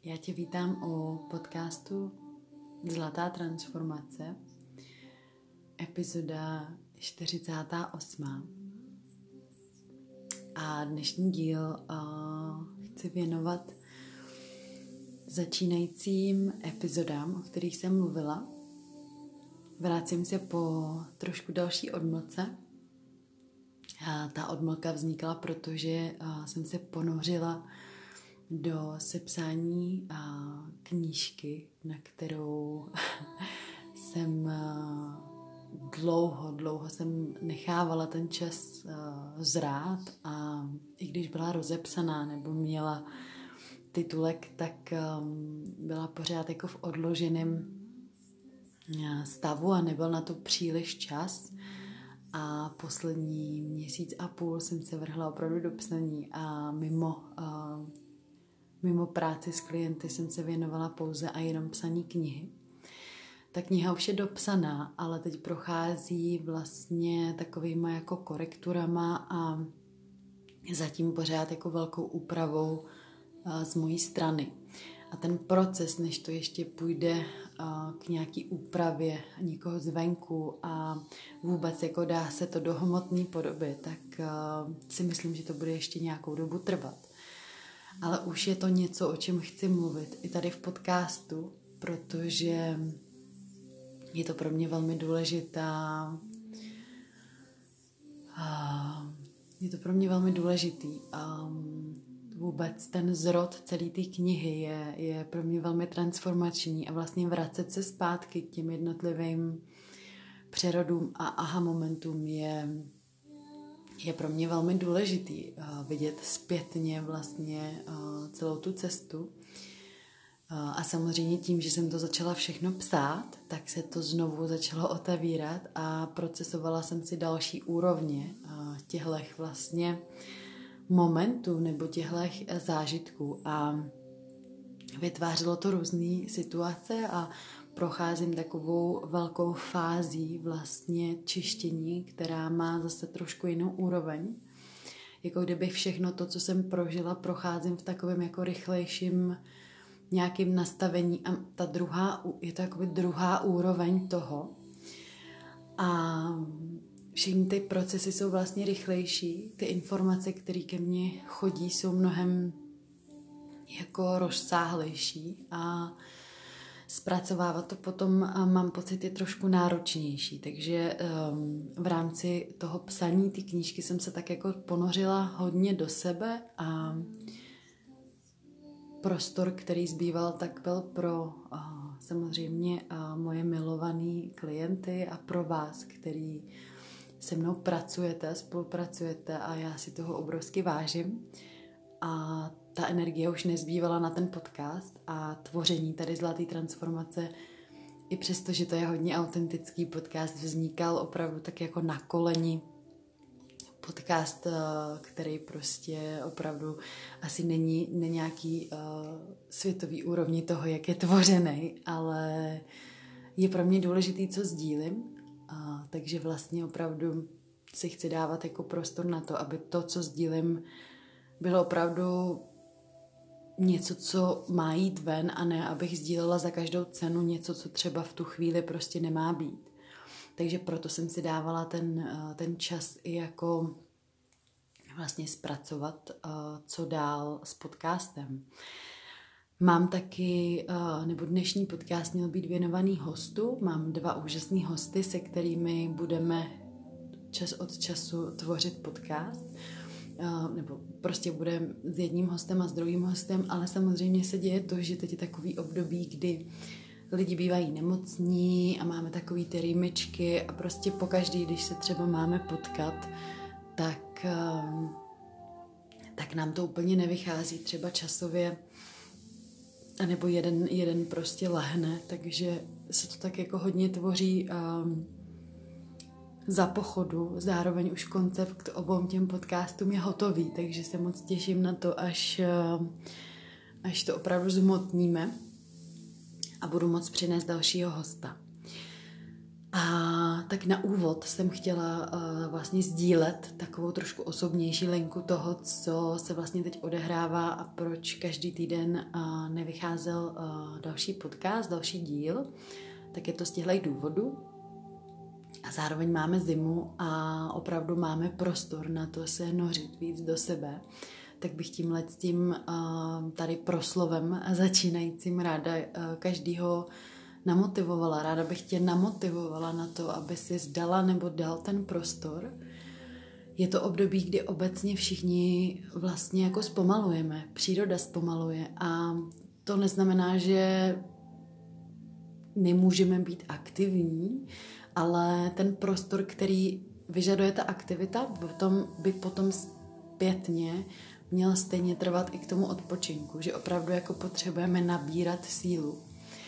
Já tě vítám u podcastu Zlatá transformace, epizoda 48. A dnešní díl chci věnovat začínajícím epizodám, o kterých jsem mluvila. Vrátím se po trošku další odmlce. A ta odmlka vznikla, protože jsem se ponořila do sepsání knížky, na kterou jsem dlouho jsem nechávala ten čas zrát, a i když byla rozepsaná nebo měla titulek, tak byla pořád jako v odloženém stavu a nebyl na to příliš čas. A poslední měsíc a půl jsem se vrhla opravdu do psaní a mimo práci s klienty jsem se věnovala pouze a jenom psaní knihy. Ta kniha už je dopsaná, ale teď prochází vlastně takovýma jako korekturama a zatím pořád jako velkou úpravou z mojí strany. A ten proces, než to ještě půjde k nějaký úpravě někoho zvenku a vůbec jako dá se to do hmotné podoby, tak si myslím, že to bude ještě nějakou dobu trvat. Ale už je to něco, o čem chci mluvit i tady v podcastu, protože je to pro mě velmi důležitá. Je to pro mě velmi důležitý. Vůbec ten zrod celé té knihy je pro mě velmi transformační a vlastně vracet se zpátky k těm jednotlivým přerodům a aha momentům je pro mě velmi důležitý vidět zpětně vlastně celou tu cestu. A samozřejmě tím, že jsem to začala všechno psát, tak se to znovu začalo otevírat a procesovala jsem si další úrovně těchto vlastně momentů nebo těchto zážitků a vytvářelo to různé situace a procházím takovou velkou fází vlastně čištění, která má zase trošku jinou úroveň. Jako kdyby všechno to, co jsem prožila, procházím v takovém jako rychlejším nějakým nastavení a je to jakoby druhá úroveň toho. A všechny ty procesy jsou vlastně rychlejší, ty informace, které ke mně chodí, jsou mnohem jako rozsáhlejší a zpracovávat to potom, mám pocit, je trošku náročnější. Takže v rámci toho psaní ty knížky jsem se tak jako ponořila hodně do sebe a prostor, který zbýval, tak byl pro samozřejmě moje milované klienty a pro vás, který se mnou pracujete, spolupracujete a já si toho obrovsky vážím. A ta energie už nezbývala na ten podcast a tvoření tady Zlaté transformace, i přesto, že to je hodně autentický podcast, vznikal opravdu tak jako na koleni. Podcast, který prostě opravdu asi není nějaký světový úrovni toho, jak je tvořený, ale je pro mě důležitý, co sdílím. Takže vlastně opravdu si chci dávat jako prostor na to, aby to, co sdílím, bylo opravdu něco, co má jít ven, a ne, abych sdílela za každou cenu něco, co třeba v tu chvíli prostě nemá být. Takže proto jsem si dávala ten čas i jako vlastně zpracovat, co dál s podcastem. Mám taky, nebo dnešní podcast měl být věnovaný hostu. Mám 2 úžasný hosty, se kterými budeme čas od času tvořit podcast. Nebo prostě budeme s jedním hostem a s druhým hostem, ale samozřejmě se děje to, že teď je takový období, kdy lidi bývají nemocní a máme takový ty rýmičky a prostě pokaždý, když se třeba máme potkat, tak nám to úplně nevychází třeba časově, anebo jeden prostě lehne, takže se to tak jako hodně tvoří za pochodu. Zároveň už koncept obou těm podcastům je hotový, takže se moc těším na to, až to opravdu zhmotníme a budu moc přinést dalšího hosta. A tak na úvod jsem chtěla vlastně sdílet takovou trošku osobnější linku toho, co se vlastně teď odehrává a proč každý týden nevycházel další podcast, další díl. Tak je to z těchto důvodů. A zároveň máme zimu a opravdu máme prostor na to se nořit víc do sebe. Tak bych tím tady proslovem začínajícím ráda každýho namotivovala. Ráda bych tě namotivovala na to, aby si zdala nebo dal ten prostor. Je to období, kdy obecně všichni vlastně jako zpomalujeme. Příroda zpomaluje a to neznamená, že nemůžeme být aktivní, ale ten prostor, který vyžaduje ta aktivita, by potom zpětně měl stejně trvat i k tomu odpočinku, že opravdu jako potřebujeme nabírat sílu.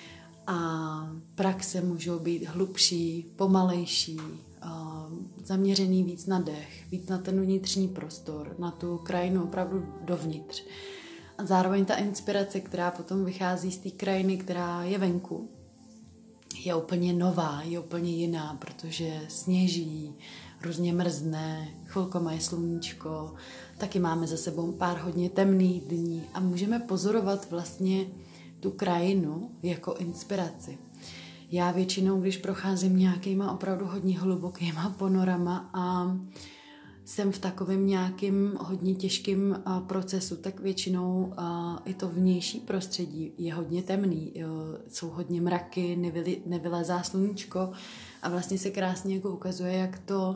A praxe můžou být hlubší, pomalejší, zaměřený víc na dech, víc na ten vnitřní prostor, na tu krajinu opravdu dovnitř. A zároveň ta inspirace, která potom vychází z té krajiny, která je venku, je úplně nová, je úplně jiná, protože sněží, různě mrzne, chvilkoma je sluníčko, taky máme za sebou pár hodně temných dní a můžeme pozorovat vlastně tu krajinu jako inspiraci. Já většinou, když procházím nějakýma opravdu hodně hlubokýma ponorama a jsem v takovém nějakým hodně těžkým procesu, tak většinou i to vnější prostředí je hodně temný, jsou hodně mraky, nevylézá sluníčko a vlastně se krásně jako ukazuje, jak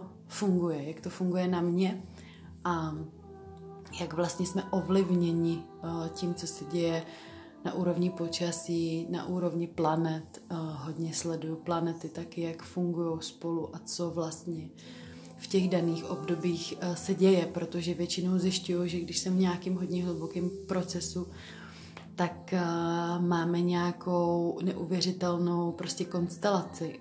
to funguje na mě a jak vlastně jsme ovlivněni tím, co se děje na úrovni počasí, na úrovni planet. Hodně sleduju planety taky, jak fungují spolu a co vlastně v těch daných obdobích se děje, protože většinou zjišťuju, že když jsem v nějakým hodně hlubokém procesu, tak máme nějakou neuvěřitelnou prostě konstelaci.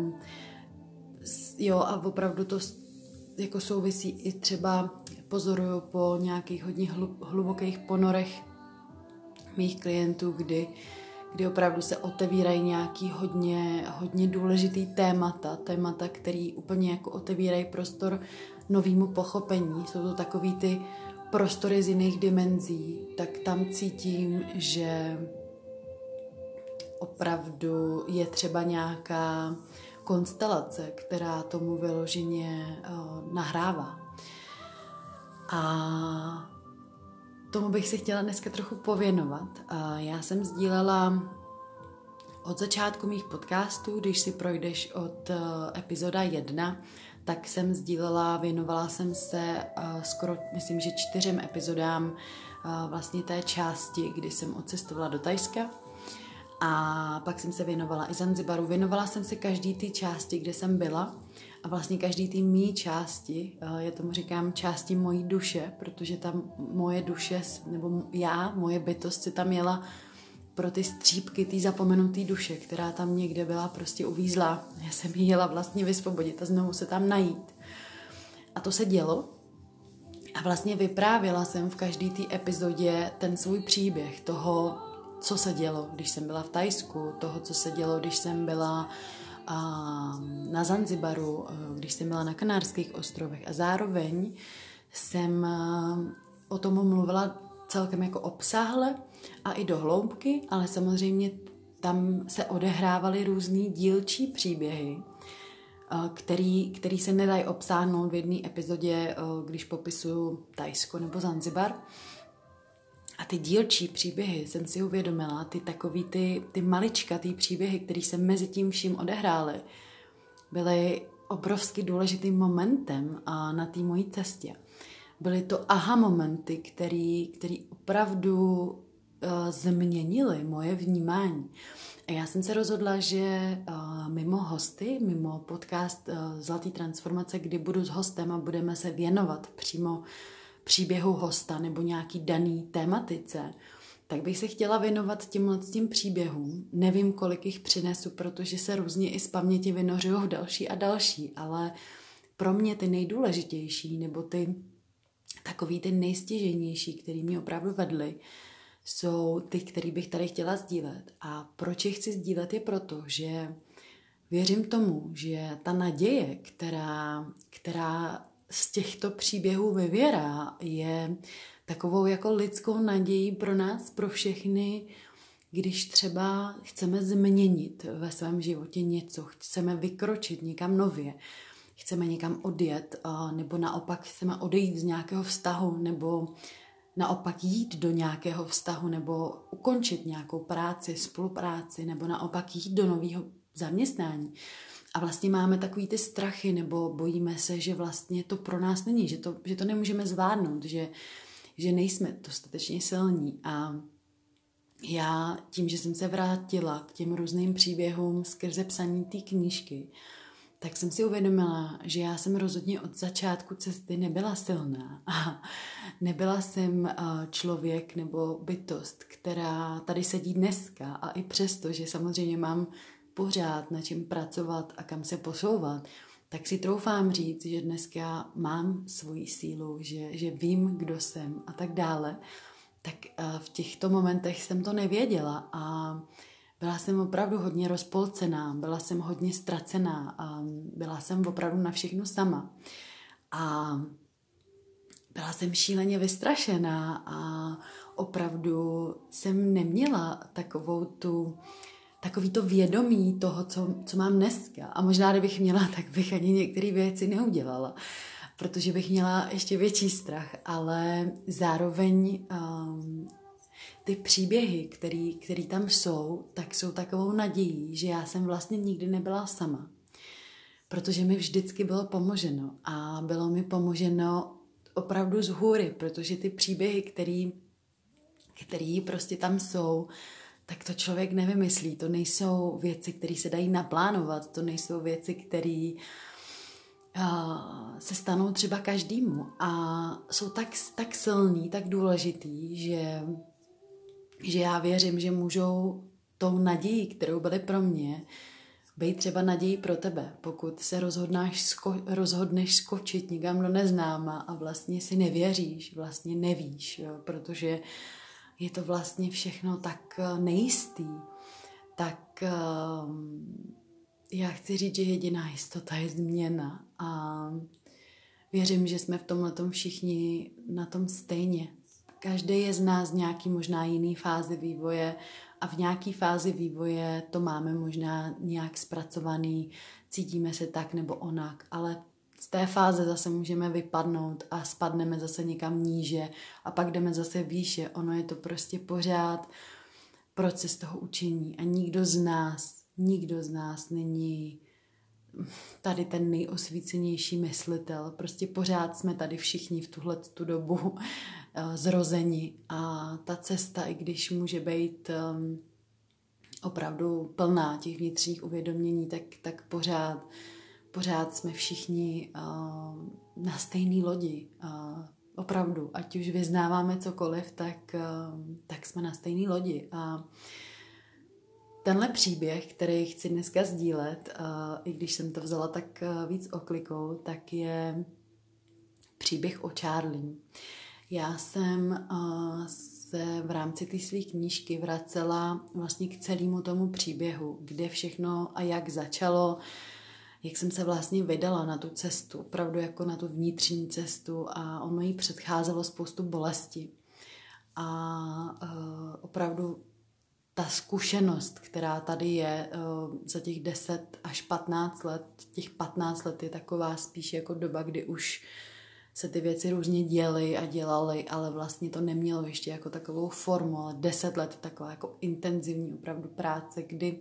A opravdu to jako souvisí i třeba pozoruju po nějakých hodně hlubokých ponorech mých klientů, kdy opravdu se otevírají nějaký hodně důležitý témata, který úplně jako otevírají prostor novému pochopení. Jsou to takový ty prostory z jiných dimenzí, tak tam cítím, že opravdu je třeba nějaká konstelace, která tomu vyloženě nahrává. A tomu bych se chtěla dneska trochu pověnovat. Já jsem sdílela od začátku mých podcastů, když si projdeš od epizoda 1, tak jsem sdílela, věnovala jsem se skoro, myslím, že 4 epizodám vlastně té části, kdy jsem odcestovala do Thajska. A pak jsem se věnovala i Zanzibaru. Věnovala jsem se každý té části, kde jsem byla. A vlastně každý té mý části, já tomu říkám části mojí duše, protože tam moje duše, nebo moje bytost si tam jela pro ty střípky té zapomenuté duše, která tam někde byla prostě uvízlá. Já jsem ji jela vlastně vysvobodit a znovu se tam najít. A to se dělo. A vlastně vyprávěla jsem v každé té epizodě ten svůj příběh toho, co se dělo, když jsem byla v Thajsku, toho, co se dělo, když jsem byla na Zanzibaru, když jsem byla na Kanárských ostrovech. A zároveň jsem o tom mluvila celkem jako obsáhle a i do hloubky, ale samozřejmě tam se odehrávaly různý dílčí příběhy, který se nedají obsáhnout v jedné epizodě, když popisuju Thajsko nebo Zanzibar. A ty dílčí příběhy jsem si uvědomila, ty maličkatý příběhy, které se mezi tím vším odehrály, byly obrovsky důležitým momentem na té mojí cestě. Byly to aha momenty, které opravdu změnily moje vnímání. A já jsem se rozhodla, že mimo hosty, mimo podcast Zlatý transformace, kdy budu s hostem a budeme se věnovat přímo příběhu hosta nebo nějaký daný tématice, tak bych se chtěla věnovat těm příběhům. Nevím, kolik jich přinesu, protože se různě i z paměti vynořují další a další, ale pro mě ty nejdůležitější nebo takový ty nejstěžejnější, který mě opravdu vedly, jsou ty, který bych tady chtěla sdílet. A proč je chci sdílet je proto, že věřím tomu, že ta naděje, která z těchto příběhů vyvěrá, je takovou jako lidskou nadějí pro nás, pro všechny, když třeba chceme změnit ve svém životě něco, chceme vykročit někam nově, chceme někam odjet, nebo naopak chceme odejít z nějakého vztahu, nebo naopak jít do nějakého vztahu, nebo ukončit nějakou práci, spolupráci, nebo naopak jít do nového zaměstnání. A vlastně máme takový ty strachy, nebo bojíme se, že vlastně to pro nás není, že to nemůžeme zvládnout, že nejsme dostatečně silní. A já tím, že jsem se vrátila k těm různým příběhům skrze psaní té knížky, tak jsem si uvědomila, že já jsem rozhodně od začátku cesty nebyla silná. A nebyla jsem člověk nebo bytost, která tady sedí dneska. A i přesto, že samozřejmě mám pořád na čem pracovat a kam se posouvat, tak si troufám říct, že dneska mám svoji sílu, že vím, kdo jsem a tak dále. Tak v těchto momentech jsem to nevěděla a byla jsem opravdu hodně rozpolcená, byla jsem hodně ztracená a byla jsem opravdu na všechno sama. A byla jsem šíleně vystrašená a opravdu jsem neměla takový to vědomí toho, co mám dneska. A možná, kdybych měla, tak bych ani některé věci neudělala, protože bych měla ještě větší strach, ale zároveň ty příběhy, který tam jsou, tak jsou takovou nadějí, že já jsem vlastně nikdy nebyla sama. Protože mi vždycky bylo pomoženo a bylo mi pomoženo opravdu z hůry, protože ty příběhy, který prostě tam jsou, tak to člověk nevymyslí. To nejsou věci, které se dají naplánovat, to nejsou věci, které se stanou třeba každému a jsou tak silný, tak důležitý, že já věřím, že můžou tou nadějí, kterou byly pro mě, být třeba nadějí pro tebe. Pokud se rozhodneš skočit někam do neznáma a vlastně si nevěříš, vlastně nevíš, jo, protože je to vlastně všechno tak nejistý, tak já chci říct, že jediná jistota je změna a věřím, že jsme v tomhletom všichni na tom stejně. Každý je z nás v nějaký možná jiný fázi vývoje a v nějaký fázi vývoje to máme možná nějak zpracovaný, cítíme se tak nebo onak, ale z té fáze zase můžeme vypadnout a spadneme zase někam níže a pak jdeme zase výše. Ono je to prostě pořád proces toho učení a nikdo z nás není tady ten nejosvícenější myslitel. Prostě pořád jsme tady všichni v tu dobu zrozeni a ta cesta, i když může být opravdu plná těch vnitřních uvědomění, tak pořád jsme všichni na stejné lodi. Opravdu, ať už vyznáváme cokoliv, tak jsme na stejné lodi. A tenhle příběh, který chci dneska sdílet, i když jsem to vzala tak víc oklikou, tak je příběh o Charlie. Já jsem se v rámci té své knížky vracela vlastně k celému tomu příběhu, kde všechno a jak začalo, jak jsem se vlastně vydala na tu cestu, opravdu jako na tu vnitřní cestu a ono jí předcházelo spoustu bolesti. A opravdu ta zkušenost, která tady je za těch 10 až 15 let, těch 15 let je taková spíš jako doba, kdy už se ty věci různě děly a dělaly, ale vlastně to nemělo ještě jako takovou formu, ale 10 let taková jako intenzivní opravdu práce, kdy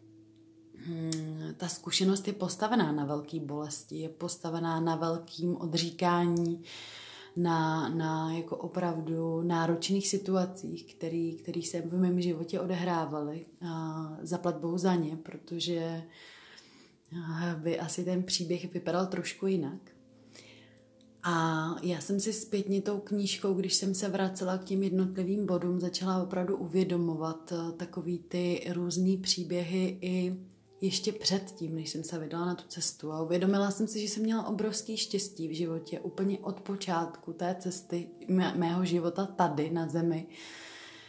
ta zkušenost je postavená na velké bolesti, je postavená na velkým odříkání, na jako opravdu náročných situacích, které se v mém životě odehrávaly. A zaplať Bohu za ně, protože by asi ten příběh vypadal trošku jinak. A já jsem si zpětně tou knížkou, když jsem se vracela k těm jednotlivým bodům, začala opravdu uvědomovat takový ty různý příběhy i ještě předtím, než jsem se vydala na tu cestu. A uvědomila jsem si, že jsem měla obrovský štěstí v životě, úplně od počátku té cesty mého života tady na zemi.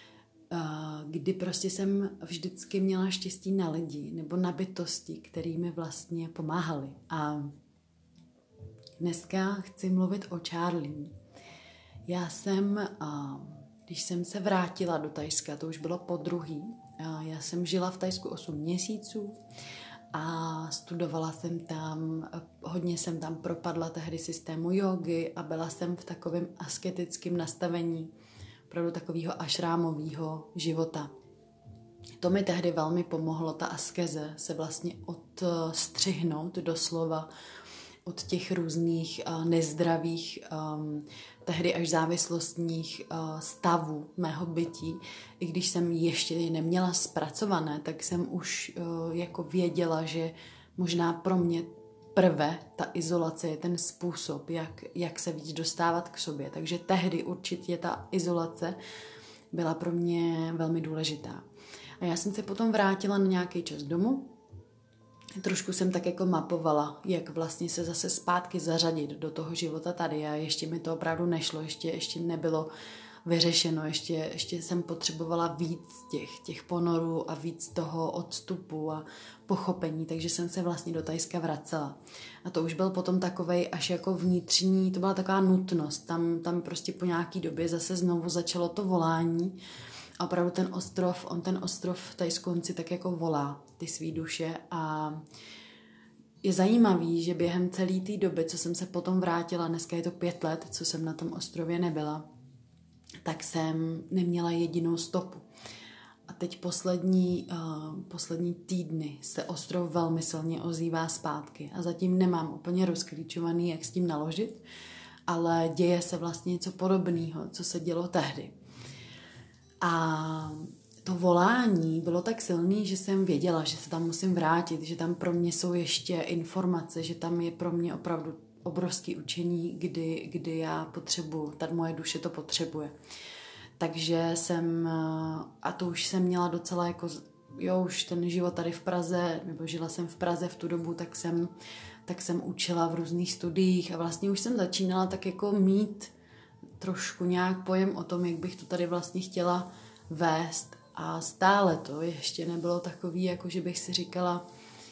kdy prostě jsem vždycky měla štěstí na lidi nebo na bytosti, který mi vlastně pomáhali. A dneska chci mluvit o Charlie. Já jsem, když jsem se vrátila do Thajska, to už bylo podruhý, já jsem žila v Thajsku 8 měsíců a studovala jsem tam, hodně jsem tam propadla tehdy systému jógy a byla jsem v takovém asketickém nastavení, opravdu takového ašrámového života. To mi tehdy velmi pomohlo, ta askeze, se vlastně odstřihnout doslova od těch různých nezdravých, tehdy až závislostních stavů mého bytí. I když jsem ještě je neměla zpracované, tak jsem už jako věděla, že možná pro mě prvé ta izolace je ten způsob, jak se víc dostávat k sobě. Takže tehdy určitě ta izolace byla pro mě velmi důležitá. A já jsem se potom vrátila na nějaký čas domů. Trošku jsem tak jako mapovala, jak vlastně se zase zpátky zařadit do toho života tady a ještě mi to opravdu nešlo, ještě nebylo vyřešeno, ještě jsem potřebovala víc těch ponorů a víc toho odstupu a pochopení, takže jsem se vlastně do Thajska vracela. A to už byl potom takovej až jako vnitřní, to byla taková nutnost, tam prostě po nějaký době zase znovu začalo to volání. A opravdu ten ostrov v Thajskonci tak jako volá ty svý duše a je zajímavý, že během celé té doby, co jsem se potom vrátila, dneska je to 5 let, co jsem na tom ostrově nebyla, tak jsem neměla jedinou stopu. A teď poslední týdny se ostrov velmi silně ozývá zpátky a zatím nemám úplně rozklíčovaný, jak s tím naložit, ale děje se vlastně něco podobného, co se dělo tehdy. A to volání bylo tak silný, že jsem věděla, že se tam musím vrátit, že tam pro mě jsou ještě informace, že tam je pro mě opravdu obrovské učení, kdy já potřebuju, ta moje duše to potřebuje. Takže a to už jsem měla docela jako, už ten život tady v Praze, nebo žila jsem v Praze v tu dobu, tak jsem učila v různých studiích a vlastně už jsem začínala tak jako mít trošku nějak pojem o tom, jak bych to tady vlastně chtěla vést a stále to ještě nebylo takový, jako že bych si říkala,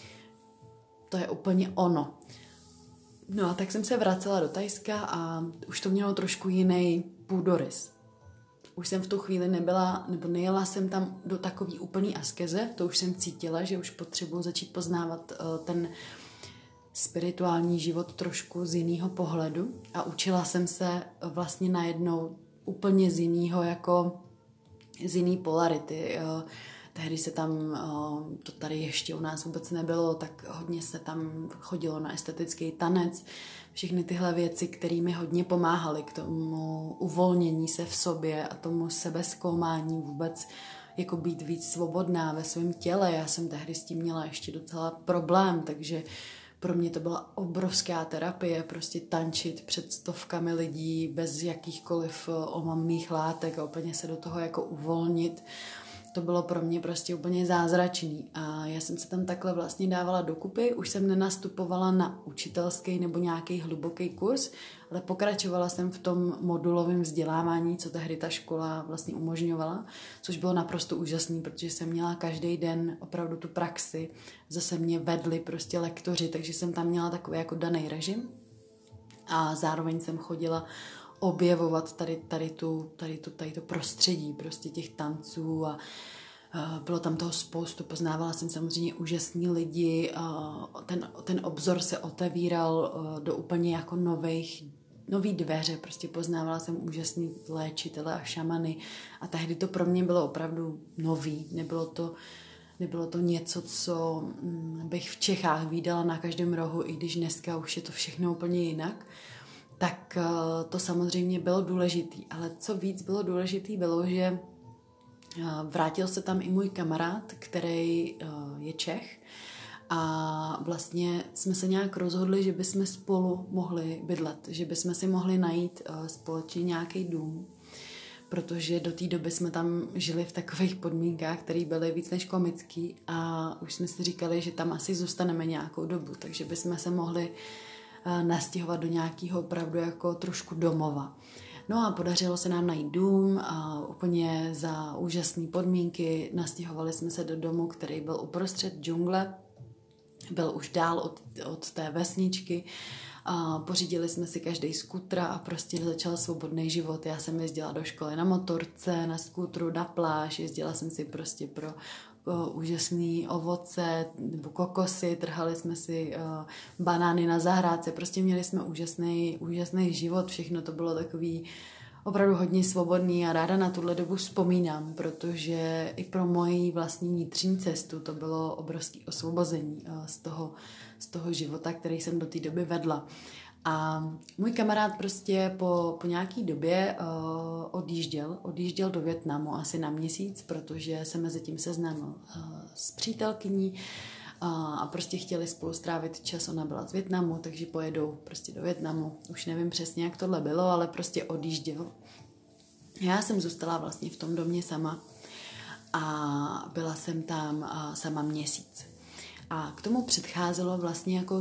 to je úplně ono. No a tak jsem se vracela do Thajska a už to mělo trošku jiný půdorys. Už jsem v tu chvíli nejela jsem tam do takový úplný askeze, to už jsem cítila, že už potřebuji začít poznávat ten spirituální život trošku z jiného pohledu a učila jsem se vlastně najednou úplně z jiného, jako z jiný polarity. Tehdy se tam, to tady ještě u nás vůbec nebylo, tak hodně se tam chodilo na estetický tanec. Všechny tyhle věci, které mi hodně pomáhaly k tomu uvolnění se v sobě a tomu sebezkoumání vůbec, jako být víc svobodná ve svém těle. Já jsem tehdy s tím měla ještě docela problém, takže pro mě to byla obrovská terapie, prostě tančit před stovkami lidí bez jakýchkoliv omamných látek a úplně se do toho jako uvolnit. To bylo pro mě prostě úplně zázračný a já jsem se tam takhle vlastně dávala dokupy, už jsem nenastupovala na učitelský nebo nějaký hluboký kurz, ale pokračovala jsem v tom modulovém vzdělávání, co tehdy ta škola vlastně umožňovala, což bylo naprosto úžasný, protože jsem měla každý den opravdu tu praxi, zase mě vedli prostě lektoři, takže jsem tam měla takový jako daný režim a zároveň jsem chodila objevovat tady to prostředí prostě těch tanců a bylo tam toho spoustu, poznávala jsem samozřejmě úžasní lidi, ten obzor se otevíral do úplně jako nový dveře, prostě poznávala jsem úžasný léčitele a šamany a tehdy to pro mě bylo opravdu nový, nebylo to něco, co bych v Čechách vídala na každém rohu, i když dneska už je to všechno úplně jinak. Tak to samozřejmě bylo důležitý, ale co víc bylo důležitý, bylo, že vrátil se tam i můj kamarád, který je Čech a vlastně jsme se nějak rozhodli, že bychom spolu mohli bydlet, že bychom si mohli najít společně nějaký dům, protože do té doby jsme tam žili v takových podmínkách, které byly víc než komický a už jsme si říkali, že tam asi zůstaneme nějakou dobu, takže bychom se mohli nastěhovat do nějakého opravdu jako trošku domova. No a podařilo se nám najít dům a úplně za úžasné podmínky. Nastěhovali jsme se do domu, který byl uprostřed džungle, byl už dál od té vesničky. A pořídili jsme si každý skutra a prostě začal svobodný život. Já jsem jezdila do školy na motorce, na skutru, na pláž, jezdila jsem si prostě pro úžasný ovoce nebo kokosy, trhali jsme si banány na zahrádce, prostě měli jsme úžasný život, všechno to bylo takový opravdu hodně svobodný a ráda na tuhle dobu vzpomínám, protože i pro moji vlastní vnitřní cestu to bylo obrovské osvobození z toho života, který jsem do té doby vedla. A můj kamarád prostě po nějaký době odjížděl do Vietnamu asi na měsíc, protože se mezi tím seznámil s přítelkyní a prostě chtěli spolu strávit čas. Ona byla z Vietnamu, takže pojedou prostě do Vietnamu. Už nevím přesně, jak tohle bylo, ale prostě odjížděl. Já jsem zůstala vlastně v tom domě sama a byla jsem tam sama měsíc. A k tomu předcházelo vlastně jako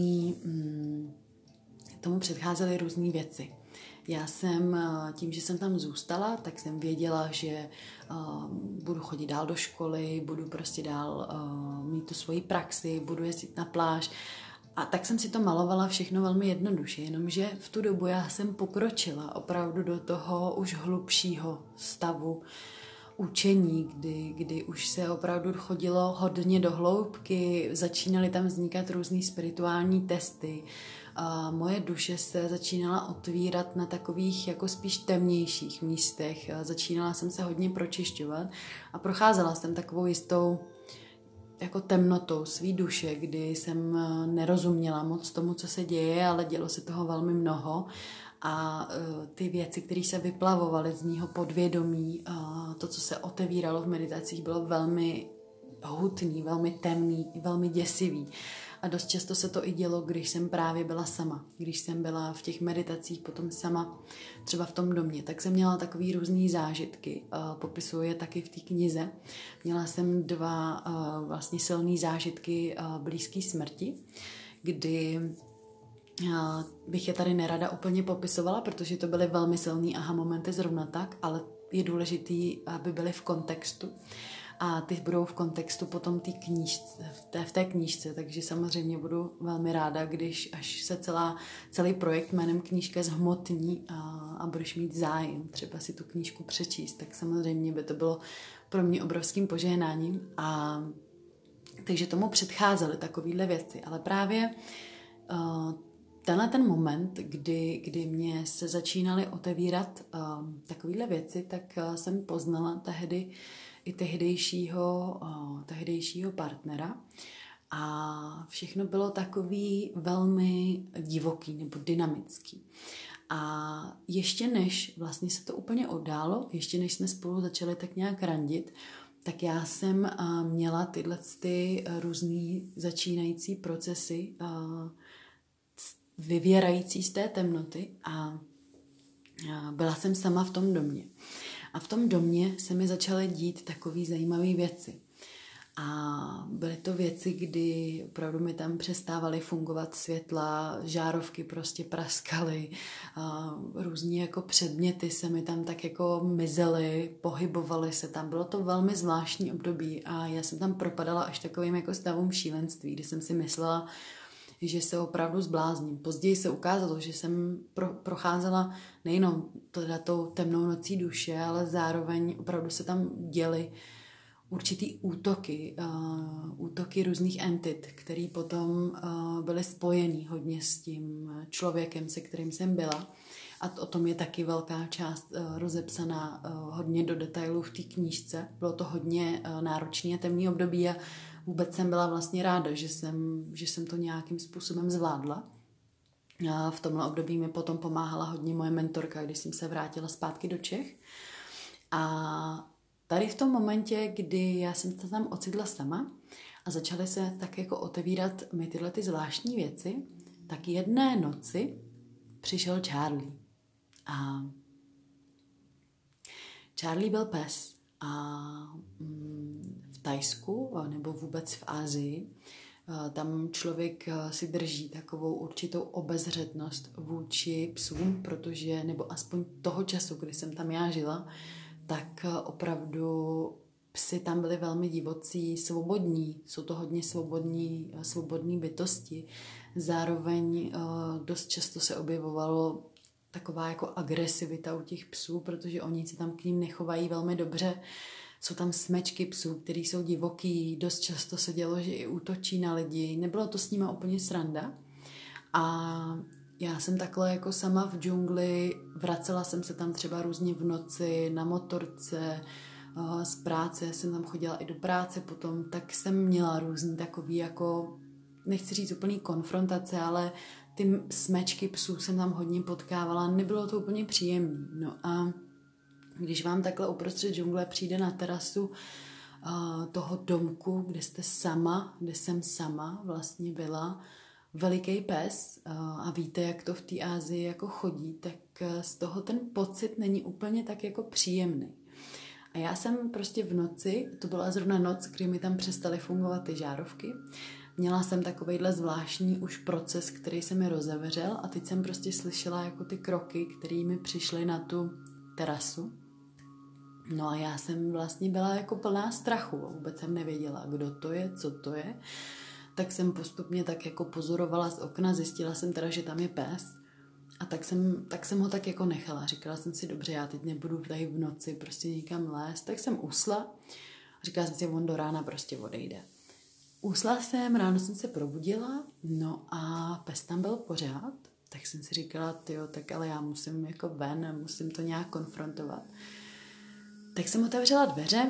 tomu předcházely různé věci. Já jsem, tím, že jsem tam zůstala, tak jsem věděla, že budu chodit dál do školy, budu prostě dál mít tu svoji praxi, budu jezdit na pláž. A tak jsem si to malovala všechno velmi jednoduše, jenomže v tu dobu já jsem pokročila opravdu do toho už hlubšího stavu učení, kdy už se opravdu chodilo hodně do hloubky, začínaly tam vznikat různý spirituální testy. Moje duše se začínala otvírat na takových jako spíš temnějších místech. Začínala jsem se hodně pročišťovat a procházela jsem takovou jistou jako temnotou svý duše, kdy jsem nerozuměla moc tomu, co se děje, ale dělo se toho velmi mnoho. A ty věci, které se vyplavovaly z mýho podvědomí, to, co se otevíralo v meditacích, bylo velmi hutný, velmi temný, velmi děsivý. A dost často se to i dělo, když jsem právě byla sama. Když jsem byla v těch meditacích potom sama, třeba v tom domě, tak jsem měla takový různý zážitky. Popisuju je taky v té knize. Měla jsem 2 vlastně silné zážitky blízké smrti, kdy bych je tady nerada úplně popisovala, protože to byly velmi silný aha momenty zrovna tak, ale je důležitý, aby byly v kontextu. A ty budou v kontextu potom v té knížce, takže samozřejmě budu velmi ráda, když až se celý projekt jménem knížka zhmotní a budeš mít zájem třeba si tu knížku přečíst, tak samozřejmě by to bylo pro mě obrovským požehnáním. A takže tomu předcházely takovýhle věci, ale právě tenhle ten moment, kdy mě se začínaly otevírat takovýhle věci, tak jsem poznala tehdy i tehdejšího partnera a všechno bylo takový velmi divoký nebo dynamický. A ještě než vlastně se to úplně oddálo, ještě než jsme spolu začali tak nějak randit, tak já jsem měla tyhle různý začínající procesy vyvěrající z té temnoty a byla jsem sama v tom domě. A v tom domě se mi začaly dít takové zajímavé věci. A byly to věci, kdy opravdu mi tam přestávaly fungovat světla, žárovky prostě praskaly, různí jako předměty se mi tam tak jako mizely, pohybovaly se tam. Bylo to velmi zvláštní období a já jsem tam propadala až takovým jako stavům šílenství, kdy jsem si myslela, že se opravdu zblázním. Později se ukázalo, že jsem procházela nejenom tou temnou nocí duše, ale zároveň opravdu se tam děly určitý útoky různých entit, které potom byly spojený hodně s tím člověkem, se kterým jsem byla. A o tom je taky velká část rozepsaná hodně do detailů v té knížce. Bylo to hodně náročné a temné období a vůbec jsem byla vlastně ráda, že jsem to nějakým způsobem zvládla. A v tomhle období mi potom pomáhala hodně moje mentorka, když jsem se vrátila zpátky do Čech. A tady v tom momentě, kdy já jsem se tam ocitla sama a začaly se tak jako otevírat mi tyhle ty zvláštní věci, tak jedné noci přišel Charlie. A Charlie byl pes a v Thajsku nebo vůbec v Asii Tam člověk si drží takovou určitou obezřetnost vůči psům, protože, nebo aspoň toho času, kdy jsem tam já žila, tak opravdu psi tam byli velmi divocí, svobodní, jsou to hodně svobodní bytosti. Zároveň dost často se objevovalo taková jako agresivita u těch psů, protože oni se tam k ním nechovají velmi dobře. Jsou tam smečky psů, který jsou divoký, dost často se dělo, že i útočí na lidi. Nebylo to s nima úplně sranda. A já jsem takhle jako sama v džungli, vracela jsem se tam třeba různě v noci na motorce, z práce jsem tam chodila i do práce potom, tak jsem měla různý takový jako, nechci říct úplný konfrontace, ale ty smečky psů jsem tam hodně potkávala, nebylo to úplně příjemné. No a když vám takhle uprostřed džungle přijde na terasu toho domku, kde jste sama, kde jsem sama vlastně byla, veliký pes a víte, jak to v té Asii jako chodí, tak z toho ten pocit není úplně tak jako příjemný. A já jsem prostě v noci, to byla zrovna noc, kdy mi tam přestaly fungovat ty žárovky, měla jsem takovejhle zvláštní už proces, který se mi rozevřel a teď jsem prostě slyšela jako ty kroky, které mi přišly na tu terasu. No a já jsem vlastně byla jako plná strachu, vůbec jsem nevěděla, kdo to je, co to je. Tak jsem postupně tak jako pozorovala z okna, zjistila jsem teda, že tam je pes. A tak jsem ho tak jako nechala. Říkala jsem si, dobře, já teď nebudu tady v noci prostě nikam lézt. Tak jsem usla. Říkala jsem si, on do rána prostě odejde. Usla jsem, ráno jsem se probudila, no a pes tam byl pořád. Tak jsem si říkala, tyjo, tak ale já musím jako ven, musím to nějak konfrontovat. Tak jsem otevřela dveře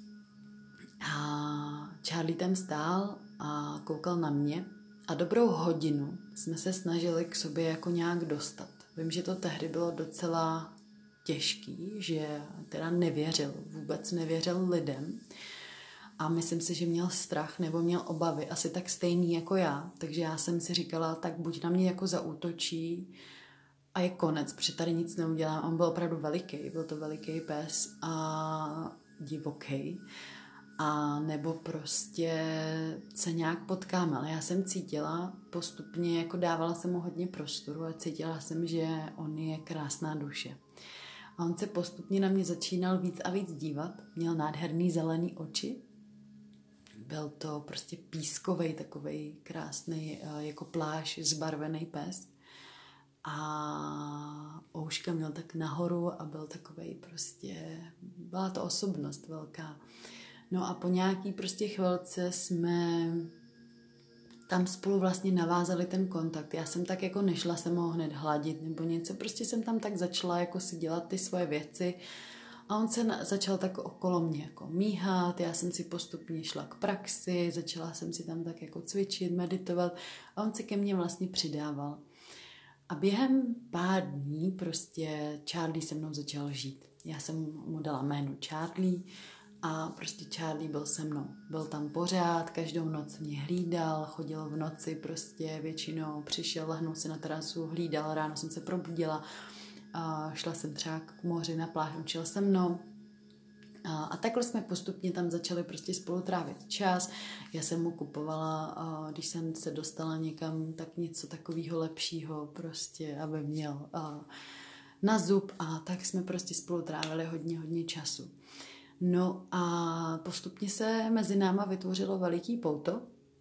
a Charlie tam stál a koukal na mě a dobrou hodinu jsme se snažili k sobě jako nějak dostat. Vím, že to tehdy bylo docela těžký, že teda vůbec nevěřil lidem a myslím si, že měl strach nebo měl obavy, asi tak stejný jako já, takže já jsem si říkala, tak buď na mě jako zaútočí a je konec, protože tady nic neudělám. On byl opravdu veliký, byl to veliký pes a divoký. A nebo prostě se nějak potkáme. Ale já jsem cítila postupně, jako dávala jsem mu hodně prostoru a cítila jsem, že on je krásná duše. A on se postupně na mě začínal víc a víc dívat. Měl nádherný zelený oči. Byl to prostě pískovej, takovej krásný jako plášť zbarvený pes. A ouška měl tak nahoru a byl takovej prostě, byla to osobnost velká. No a po nějaký prostě chvilce jsme tam spolu vlastně navázali ten kontakt. Já jsem tak jako nešla jsem ho hned hladit nebo něco, prostě jsem tam tak začala jako si dělat ty svoje věci a on se začal tak okolo mě jako míhat, já jsem si postupně šla k praxi, začala jsem si tam tak jako cvičit, meditovat a on se ke mně vlastně přidával. A během pár dní prostě Charlie se mnou začal žít. Já jsem mu dala jméno Charlie a prostě Charlie byl se mnou. Byl tam pořád, každou noc mě hlídal, chodil v noci prostě většinou, přišel, lehnul si na terasu, hlídal, ráno jsem se probudila, a šla jsem třeba k moři na pláž, učil se mnou. A takhle jsme postupně tam začali prostě spolu trávit čas. Já jsem mu kupovala, když jsem se dostala někam, tak něco takového lepšího prostě, aby měl na zub a tak jsme prostě spolu trávili hodně času. No a postupně se mezi náma vytvořilo veliký pouto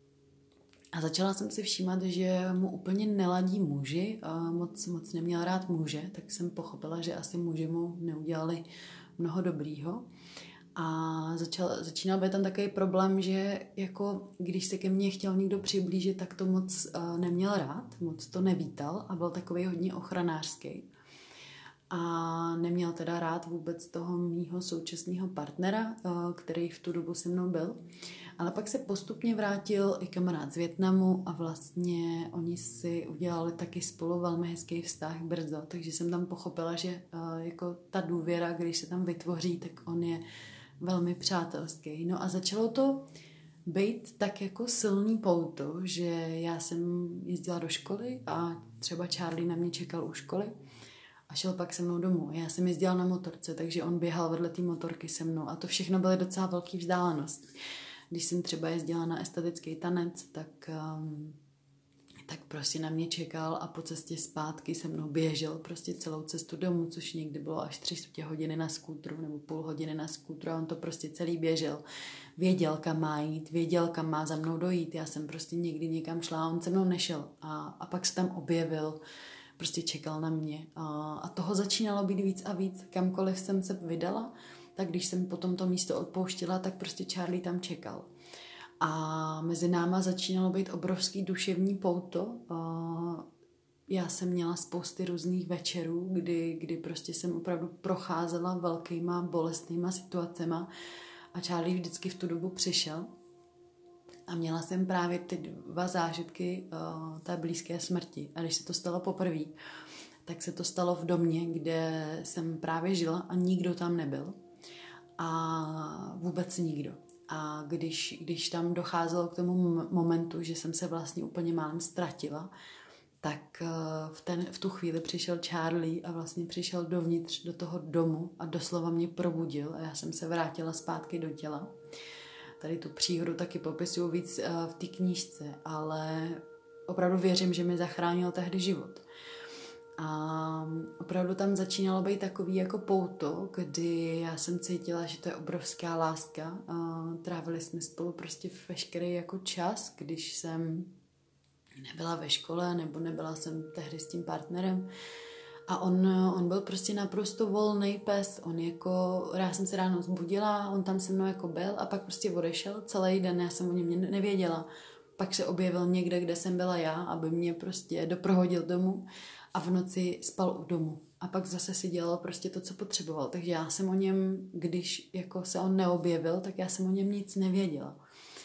a začala jsem si všímat, že mu úplně neladí muži, moc neměl rád muže, tak jsem pochopila, že asi muži mu neudělali mnoho dobrýho. A začínal být tam takový problém, že jako když se ke mně chtěl někdo přiblížit, tak to moc neměl rád, moc to nevítal a byl takový hodně ochranářský. A neměl teda rád vůbec toho mýho současného partnera, který v tu dobu se mnou byl. Ale pak se postupně vrátil i kamarád z Vietnamu a vlastně oni si udělali taky spolu velmi hezký vztah brzo, takže jsem tam pochopila, že jako ta důvěra, když se tam vytvoří, tak on je velmi přátelský. No a začalo to být tak jako silný pouto, že já jsem jezdila do školy a třeba Charlie na mě čekal u školy a šel pak se mnou domů. Já jsem jezdila na motorce, takže on běhal vedle té motorky se mnou a to všechno byly docela velký vzdálenosti. Když jsem třeba jezdila na estetický tanec, tak prostě na mě čekal a po cestě zpátky se mnou běžel prostě celou cestu domů, což někdy bylo až 3/4 hodiny na skútru nebo půl hodiny na skútru a on to prostě celý běžel. Věděl, kam má jít, věděl, kam má za mnou dojít. Já jsem prostě někdy někam šla a on se mnou nešel. A pak se tam objevil, prostě čekal na mě. A toho začínalo být víc a víc. Kamkoliv jsem se vydala, tak když jsem potom to místo odpouštěla, tak prostě Charlie tam čekal. A mezi náma začínalo být obrovský duševní pouto. Já jsem měla spousty různých večerů, kdy prostě jsem opravdu procházela velkýma bolestnýma situacema a Charlie vždycky v tu dobu přišel. A měla jsem právě ty 2 zážitky té blízké smrti. A když se to stalo poprvé, tak se to stalo v domě, kde jsem právě žila a nikdo tam nebyl. A vůbec nikdo. A když tam docházelo k tomu momentu, že jsem se vlastně úplně málem ztratila, tak v tu chvíli přišel Charlie a vlastně přišel dovnitř do toho domu a doslova mě probudil a já jsem se vrátila zpátky do těla. Tady tu příhodu taky popisuju víc v té knížce, ale opravdu věřím, že mi zachránil tehdy život. A opravdu tam začínalo být takový jako pouto, kdy já jsem cítila, že to je obrovská láska. Trávili jsme spolu prostě veškerý jako čas, když jsem nebyla ve škole nebo nebyla jsem tehdy s tím partnerem. A on byl prostě naprosto volný pes. Já jsem se ráno zbudila, on tam se mnou jako byl a pak prostě odešel celý den, já jsem o něm nevěděla. Pak se objevil někde, kde jsem byla já, aby mě prostě doprohodil domů a v noci spal u domu. A pak zase si dělal prostě to, co potřeboval. Takže já jsem o něm, když jako se on neobjevil, tak já jsem o něm nic nevěděla.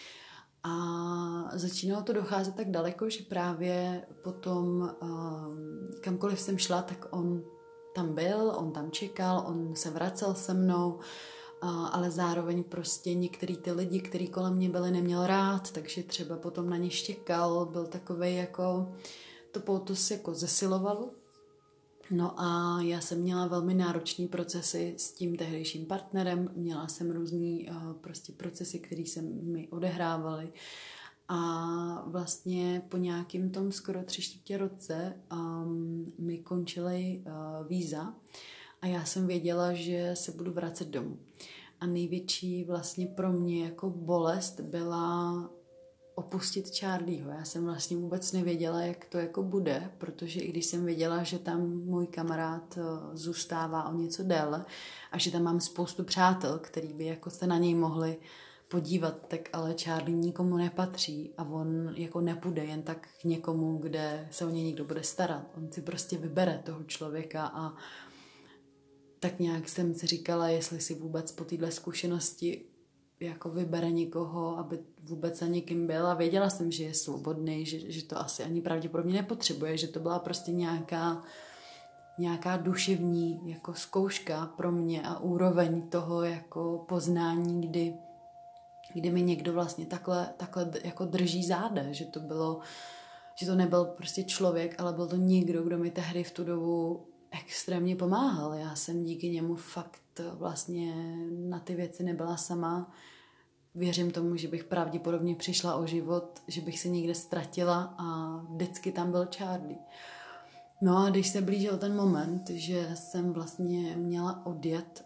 A začínalo to docházet tak daleko, že právě potom kamkoliv jsem šla, tak on tam byl, on tam čekal, on se vracel se mnou, ale zároveň prostě některý ty lidi, kteří kolem mě byli, neměl rád, takže třeba potom na ně štěkal, byl takovej jako, to pouto se jako zesilovalo. No a já jsem měla velmi náročné procesy s tím tehdejším partnerem, měla jsem různý prostě procesy, které se mi odehrávaly a vlastně po nějakým tom skoro 3/4 roce mi končily víza a já jsem věděla, že se budu vracet domů. A největší vlastně pro mě jako bolest byla opustit Charlieho. Já jsem vlastně vůbec nevěděla, jak to jako bude, protože i když jsem věděla, že tam můj kamarád zůstává o něco déle a že tam mám spoustu přátel, který by jako se na něj mohli podívat, tak ale Charlie nikomu nepatří a on jako nepůjde jen tak k někomu, kde se o něj někdo bude starat. On si prostě vybere toho člověka a tak nějak jsem si říkala, jestli si vůbec po téhle zkušenosti jako vybere někoho, aby vůbec za někým byl a věděla jsem, že je svobodný, že to asi ani pravděpodobně nepotřebuje, že to byla prostě nějaká duševní jako zkouška pro mě a úroveň toho jako poznání, kdy mi někdo vlastně takhle jako drží záda, že to nebyl prostě člověk, ale byl to někdo, kdo mi tehdy v tu dobu extrémně pomáhal. Já jsem díky němu fakt vlastně na ty věci nebyla sama. Věřím tomu, že bych pravděpodobně přišla o život, že bych se někde ztratila a vždycky tam byl Charlie. No a když se blížil ten moment, že jsem vlastně měla odjet,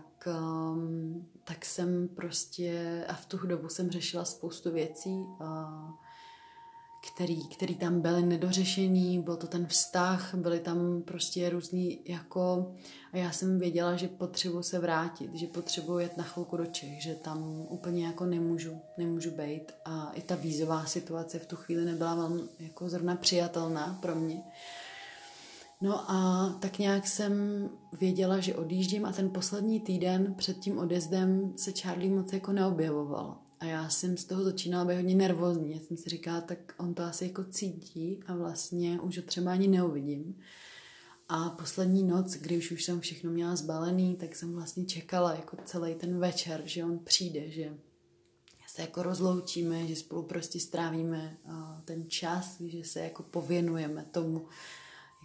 tak jsem prostě, a v tu dobu jsem řešila spoustu věcí, který tam byly nedořešený, byl to ten vztah, byly tam prostě různý jako, a já jsem věděla, že potřebuji se vrátit, že potřebuji jet na chvilku do Čech, že tam úplně jako nemůžu být a i ta vízová situace v tu chvíli nebyla velmi jako zrovna přijatelná pro mě. No a tak nějak jsem věděla, že odjíždím a ten poslední týden před tím odjezdem se Charlie moc jako neobjevoval. A já jsem z toho začínala být hodně nervózní. Já jsem si říkala, tak on to asi jako cítí a vlastně už ho třeba ani neuvidím. A poslední noc, když už jsem všechno měla zbalený, tak jsem vlastně čekala jako celý ten večer, že on přijde, že se jako rozloučíme, že spolu prostě strávíme ten čas, že se jako pověnujeme tomu,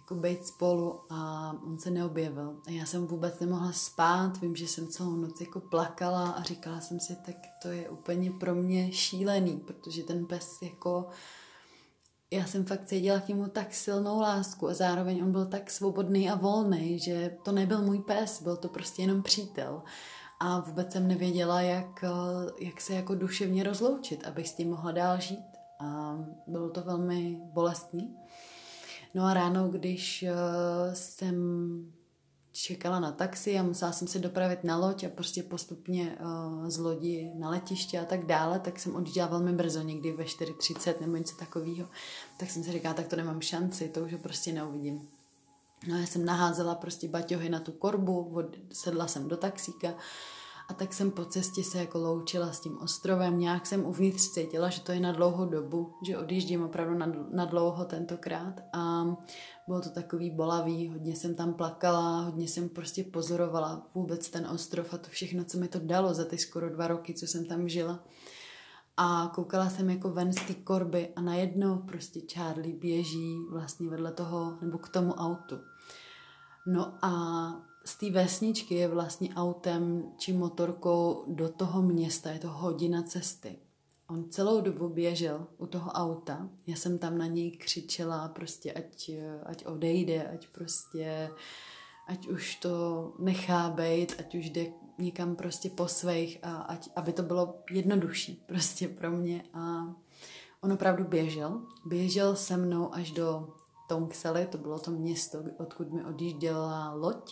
jako být spolu a on se neobjevil. A já jsem vůbec nemohla spát, vím, že jsem celou noc jako plakala a říkala jsem si, tak to je úplně pro mě šílený, protože ten pes jako, já jsem fakt cítila k němu tak silnou lásku a zároveň on byl tak svobodný a volný, že to nebyl můj pes, byl to prostě jenom přítel. A vůbec jsem nevěděla, jak se jako duševně rozloučit, abych s tím mohla dál žít. A bylo to velmi bolestný. No a ráno, když jsem čekala na taxi a musela jsem se dopravit na loď a prostě postupně z lodi na letiště a tak dále, tak jsem odjížděla velmi brzo, někdy ve 4:30 nebo něco takového. Tak jsem si říkala, tak to nemám šanci, to už ho prostě neuvidím. No já jsem naházela prostě baťohy na tu korbu, sedla jsem do taxíka a tak jsem po cestě se jako loučila s tím ostrovem. Nějak jsem uvnitř cítila, že to je na dlouhou dobu, že odjíždím opravdu na dlouho tentokrát a bylo to takový bolavý, hodně jsem tam plakala, hodně jsem prostě pozorovala vůbec ten ostrov a to všechno, co mi to dalo za ty skoro 2 roky, co jsem tam žila. A koukala jsem jako ven z té korby a najednou prostě Charlie běží vlastně vedle toho, nebo k tomu autu. No a z té vesničky je vlastně autem či motorkou do toho města, je to hodina cesty. On celou dobu běžel u toho auta, já jsem tam na něj křičela prostě ať odejde, ať už to nechá bejt, ať už jde někam prostě po svých a aby to bylo jednodušší prostě pro mě. A on opravdu běžel se mnou až do Tonksely, to bylo to město, odkud mi odjížděla loď.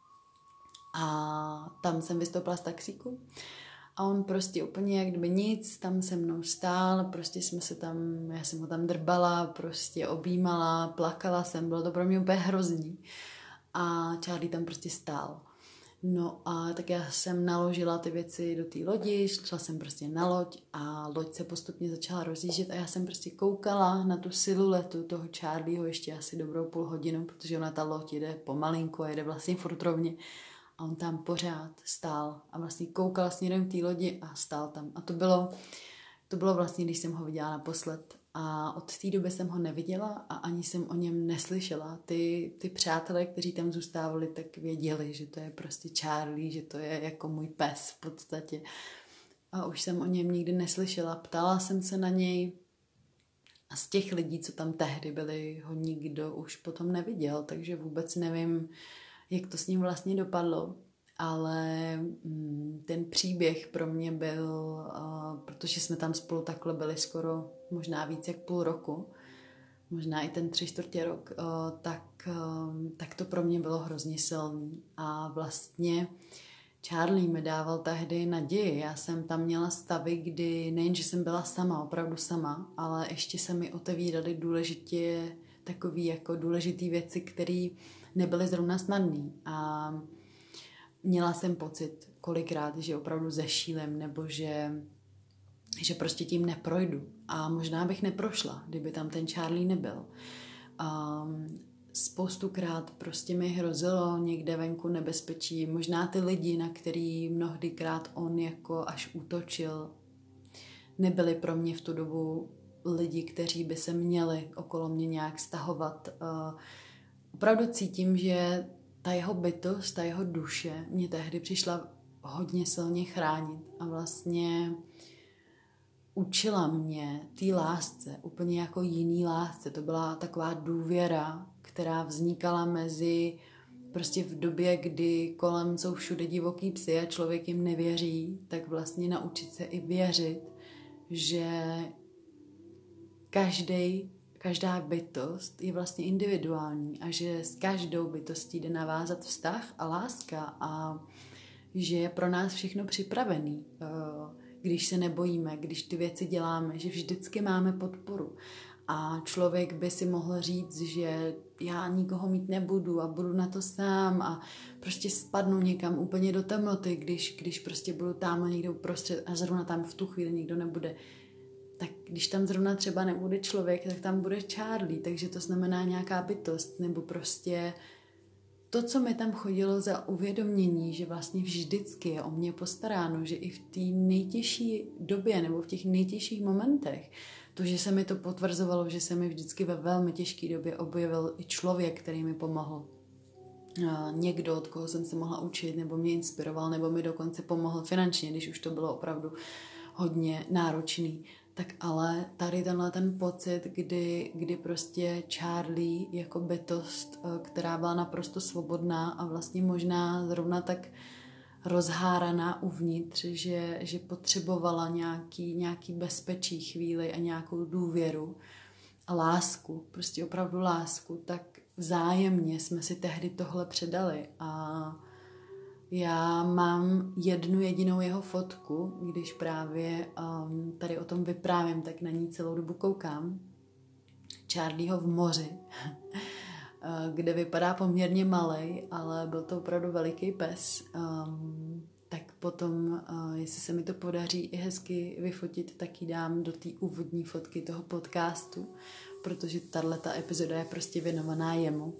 A tam jsem vystoupila z taxíku a on prostě úplně jak kdyby nic, tam se mnou stál, prostě já jsem ho tam drbala, prostě objímala, plakala jsem, bylo to pro mě úplně hrozný. A Charlie tam prostě stál. No a tak já jsem naložila ty věci do té lodi, šla jsem prostě na loď a loď se postupně začala rozjíždět a já jsem prostě koukala na tu siluetu toho Charlieho ještě asi dobrou půl hodinu, protože ona ta loď jede pomalinku a jede vlastně furt rovně. A on tam pořád stál a vlastně koukal směrem k té lodi a stál tam. A to bylo vlastně, když jsem ho viděla naposled. A od té doby jsem ho neviděla a ani jsem o něm neslyšela. Ty přátelé, kteří tam zůstávali, tak věděli, že to je prostě Charlie, že to je jako můj pes v podstatě. A už jsem o něm nikdy neslyšela. Ptala jsem se na něj a z těch lidí, co tam tehdy byli, ho nikdo už potom neviděl, takže vůbec nevím, jak to s ním vlastně dopadlo, ale ten příběh pro mě byl, protože jsme tam spolu takhle byli skoro možná víc jak půl roku, možná i ten 3/4 rok, tak to pro mě bylo hrozně silný. A vlastně Charlie mi dával tehdy naději. Já jsem tam měla stavy, kdy nejenže jsem byla sama, opravdu sama, ale ještě se mi otevíraly důležitý věci, které nebyly zrovna snadný. A měla jsem pocit kolikrát, že opravdu zešílem, nebo že prostě tím neprojdu. A možná bych neprošla, kdyby tam ten Charlie nebyl. Spoustukrát prostě mi hrozilo někde venku nebezpečí. Možná ty lidi, na který mnohdykrát on jako až útočil, nebyli pro mě v tu dobu lidi, kteří by se měli okolo mě nějak stahovat. Opravdu cítím, že ta jeho bytost, ta jeho duše mě tehdy přišla hodně silně chránit a vlastně učila mě té lásce, úplně jako jiný lásce. To byla taková důvěra, která vznikala prostě v době, kdy kolem jsou všude divoký psy a člověk jim nevěří, tak vlastně naučit se i věřit, že každá bytost je vlastně individuální a že s každou bytostí jde navázat vztah a láska a že je pro nás všechno připravený, když se nebojíme, když ty věci děláme, že vždycky máme podporu. A člověk by si mohl říct, že já nikoho mít nebudu a budu na to sám a prostě spadnu někam úplně do temnoty, když prostě budu tam někde uprostřed a zrovna tam v tu chvíli nikdo nebude. Tak když tam zrovna třeba nebude člověk, tak tam bude Charlie, takže to znamená nějaká bytost, nebo prostě to, co mi tam chodilo za uvědomění, že vlastně vždycky je o mě postaráno, že i v té nejtěžší době nebo v těch nejtěžších momentech, to, že se mi to potvrzovalo, že se mi vždycky ve velmi těžké době objevil i člověk, který mi pomohl. Někdo, od koho jsem se mohla učit, nebo mě inspiroval, nebo mi dokonce pomohl finančně, když už to bylo opravdu hodně náročný. Tak ale tady ten pocit, kdy prostě Charlie jako bytost, která byla naprosto svobodná a vlastně možná zrovna tak rozháraná uvnitř, že potřebovala nějaký bezpečí chvíli a nějakou důvěru a lásku, prostě opravdu lásku, tak vzájemně jsme si tehdy tohle předali a já mám jednu jedinou jeho fotku, když právě tady o tom vyprávím, tak na ní celou dobu koukám. Charlieho v moři, kde vypadá poměrně malej, ale byl to opravdu veliký pes. Tak potom, jestli se mi to podaří i hezky vyfotit, tak ji dám do té úvodní fotky toho podcastu, protože tato epizoda je prostě věnovaná jemu.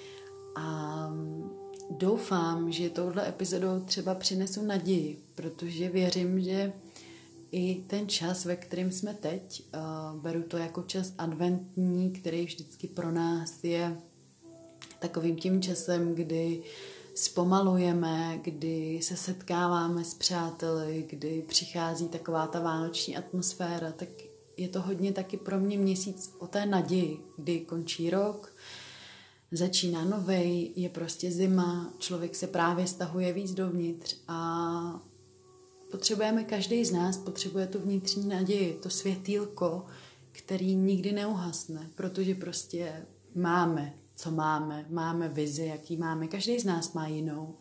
A doufám, že touhle epizodou třeba přinesu naději, protože věřím, že i ten čas, ve kterém jsme teď, beru to jako čas adventní, který vždycky pro nás je takovým tím časem, kdy zpomalujeme, kdy se setkáváme s přáteli, kdy přichází taková ta vánoční atmosféra, tak je to hodně taky pro mě měsíc o té naději, kdy končí rok, začíná novej, je prostě zima, člověk se právě stahuje víc dovnitř a každý z nás potřebuje tu vnitřní naději, to světýlko, který nikdy neuhasne, protože prostě máme, co máme vizi, jaký máme, každý z nás má jinou.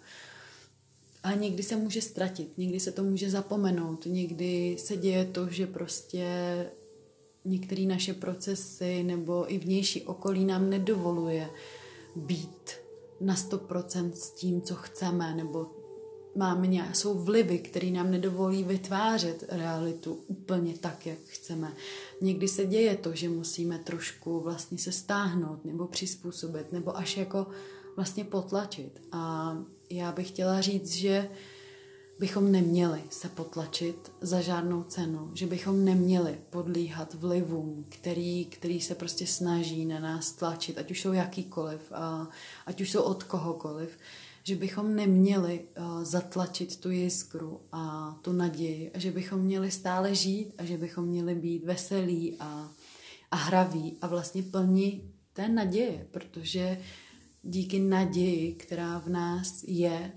A někdy se může ztratit, někdy se to může zapomenout, někdy se děje to, že prostě některé naše procesy nebo i vnější okolí nám nedovoluje být na 100% s tím, co chceme, nebo jsou vlivy, které nám nedovolí vytvářet realitu úplně tak, jak chceme. Někdy se děje to, že musíme trošku vlastně se stáhnout nebo přizpůsobit, nebo až jako vlastně potlačit. A já bych chtěla říct, že bychom neměli se potlačit za žádnou cenu, že bychom neměli podlíhat vlivům, který se prostě snaží na nás tlačit, ať už jsou jakýkoliv, ať už jsou od kohokoliv, že bychom neměli zatlačit tu jiskru a tu naději, a že bychom měli stále žít a že bychom měli být veselí a hraví a vlastně plní té naděje, protože díky naději, která v nás je,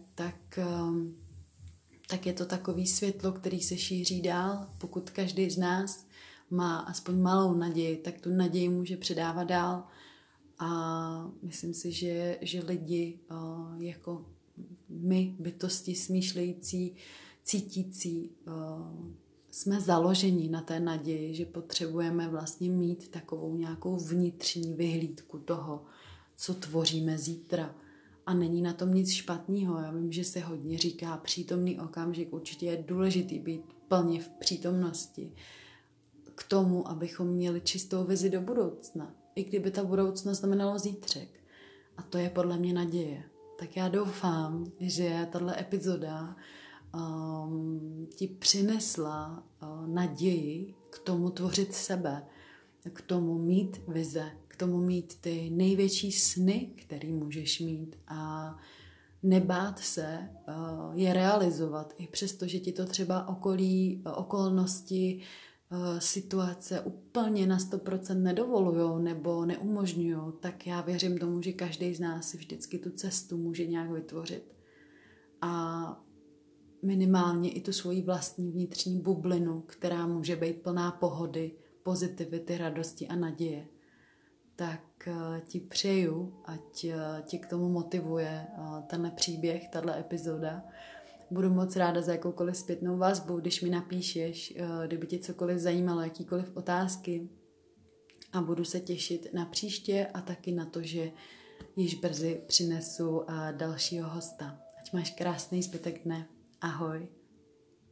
tak je to takový světlo, který se šíří dál. Pokud každý z nás má aspoň malou naději, tak tu naději může předávat dál. A myslím si, že lidi jako my, bytosti smýšlející, cítící, jsme založeni na té naději, že potřebujeme vlastně mít takovou nějakou vnitřní vyhlídku toho, co tvoříme zítra. A není na tom nic špatného. Já vím, že se hodně říká přítomný okamžik. Určitě je důležitý být plně v přítomnosti k tomu, abychom měli čistou vizi do budoucna. I kdyby ta budoucnost znamenalo zítřek. A to je podle mě naděje. Tak já doufám, že tato epizoda ti přinesla naději k tomu tvořit sebe, k tomu mít vize, k tomu mít ty největší sny, který můžeš mít a nebát se je realizovat, i přesto, že ti to třeba okolnosti, situace úplně na 100% nedovolujou nebo neumožňujou, tak já věřím tomu, že každý z nás si vždycky tu cestu může nějak vytvořit. A minimálně i tu svoji vlastní vnitřní bublinu, která může být plná pohody, pozitivity, radosti a naděje. Tak ti přeju, ať tě k tomu motivuje tenhle příběh, tato epizoda. Budu moc ráda za jakoukoliv zpětnou vazbu, když mi napíšeš, kdyby tě cokoliv zajímalo, jakýkoliv otázky. A budu se těšit na příště a taky na to, že již brzy přinesu dalšího hosta. Ať máš krásný zbytek dne. Ahoj.